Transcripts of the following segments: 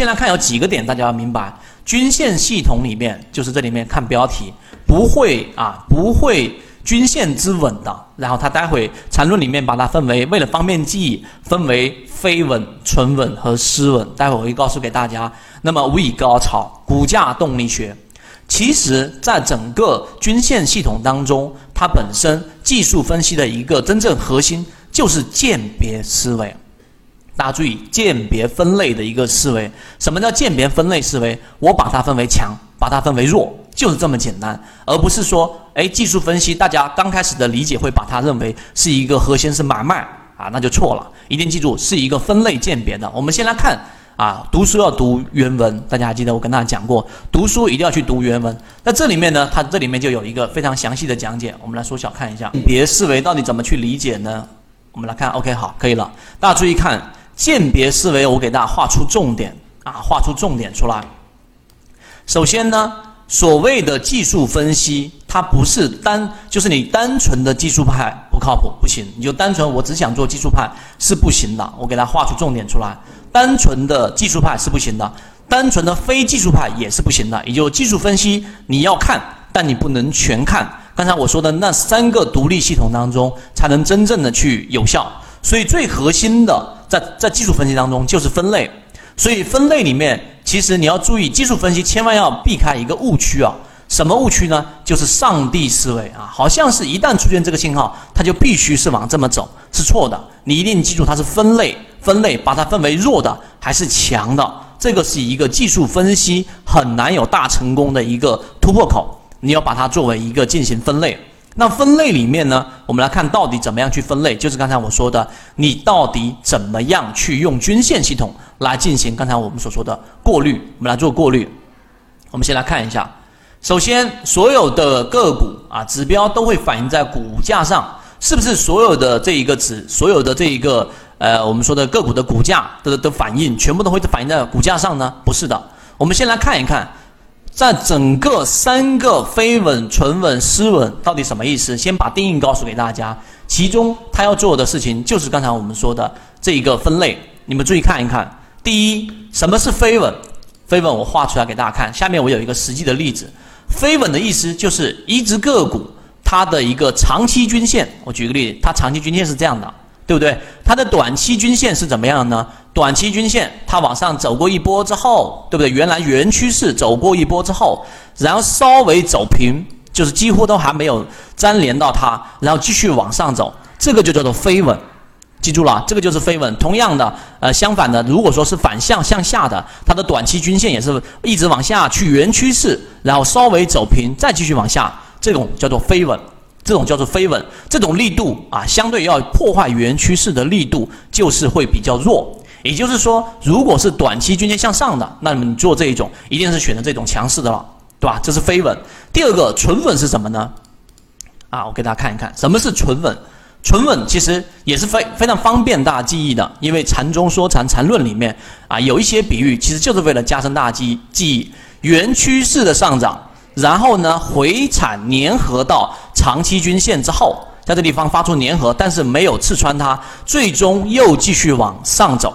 现在看有几个点大家要明白，均线系统里面就是这里面看标题，不会均线之稳的，然后它待会缠论里面把它分为，为了方便记忆，分为非稳、纯稳和失稳，待会我会告诉给大家。那么无以高潮，股价动力学，其实在整个均线系统当中，它本身技术分析的一个真正核心就是鉴别思维。大家注意，鉴别分类的一个思维。什么叫鉴别分类思维？我把它分为强，把它分为弱，就是这么简单，而不是说，技术分析大家刚开始的理解会把它认为是一个核心是买卖啊，那就错了。一定记住，是一个分类鉴别的。我们先来看读书要读原文，大家还记得我跟大家讲过，读书一定要去读原文。那这里面呢，它这里面就有一个非常详细的讲解，我们来缩小看一下。鉴别思维到底怎么去理解呢？我们来看 ，OK， 好，可以了。大家注意看。鉴别思维，我给大家画出重点画出重点出来。首先呢，所谓的技术分析，它不是就是你单纯的技术派不靠谱，不行，你就单纯我只想做技术派是不行的。我给大家画出重点出来，单纯的技术派是不行的，单纯的非技术派也是不行的。也就是技术分析你要看，但你不能全看。刚才我说的那3个独立系统当中，才能真正的去有效。所以最核心的在技术分析当中就是分类，所以分类里面其实你要注意，技术分析千万要避开一个误区什么误区呢？就是上帝思维好像是一旦出现这个信号，它就必须是往这么走，是错的。你一定记住它是分类，把它分为弱的还是强的，这个是一个技术分析很难有大成功的一个突破口，你要把它作为一个进行分类。那分类里面呢，我们来看到底怎么样去分类，就是刚才我说的，你到底怎么样去用均线系统来进行刚才我们所说的过滤，我们来做过滤。我们先来看一下，首先所有的个股指标都会反映在股价上，是不是所有的这一个所有的这一个我们说的个股的股价的反应全部都会反映在股价上呢？不是的。我们先来看一看在整个3个非稳、纯稳、失稳到底什么意思？先把定义告诉给大家。其中他要做的事情就是刚才我们说的这一个分类，你们注意看一看。第一，什么是非稳？非稳我画出来给大家看。下面我有一个实际的例子。非稳的意思就是一只个股它的一个长期均线，我举个例子，它长期均线是这样的，对不对？它的短期均线是怎么样呢？短期均线它往上走过一波之后，对不对？原来原趋势走过一波之后，然后稍微走平，就是几乎都还没有粘连到它，然后继续往上走，这个就叫做非稳。记住了，这个就是非稳。同样的，相反的，如果说是反向向下的，它的短期均线也是一直往下去原趋势，然后稍微走平，再继续往下，这种叫做非稳。这种叫做非稳，这种力度相对要破坏原趋势的力度就是会比较弱。也就是说，如果是短期均线向上的，那么你做这一种一定是选择这种强势的了，对吧？这是非稳。第二个纯稳是什么呢？我给大家看一看什么是纯稳。纯稳其实也是非常方便大家记忆的，因为禅中说禅禅论里面有一些比喻，其实就是为了加深大家记忆。原趋势的上涨，然后呢回踩粘合到长期均线之后，在这地方发出粘合，但是没有刺穿它，最终又继续往上走，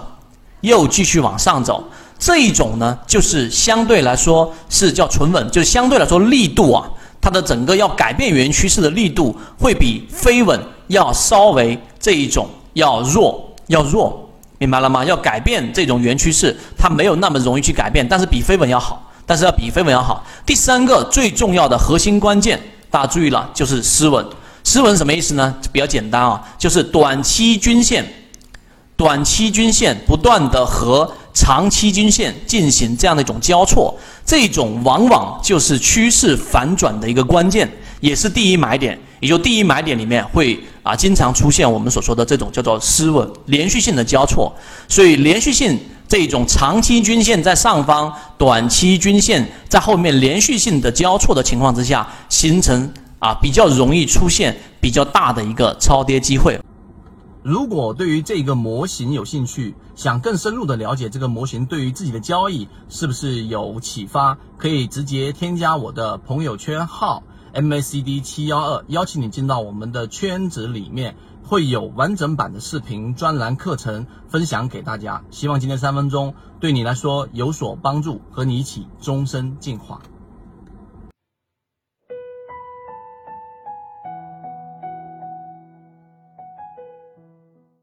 这一种呢就是相对来说是叫纯稳，就是相对来说力度它的整个要改变原趋势的力度会比非稳要稍微这一种要弱，明白了吗？要改变这种原趋势，它没有那么容易去改变，但是比非稳要好，第三个最重要的核心关键，大家注意了，就是失稳。失稳什么意思呢？比较简单就是短期均线不断的和长期均线进行这样的一种交错，这种往往就是趋势反转的一个关键，也是第一买点。也就第一买点里面会经常出现我们所说的这种叫做失稳，连续性的交错。所以连续性这种长期均线在上方，短期均线在后面连续性的交错的情况之下，形成比较容易出现比较大的一个超跌机会。 如果对于这个模型有兴趣，想更深入的了解这个模型对于自己的交易是不是有启发，可以直接添加我的朋友圈号MACD712，邀请你进到我们的圈子里面， 会有完整版的视频专栏课程分享给大家。希望今天3分钟对你来说有所帮助，和你一起终身进化。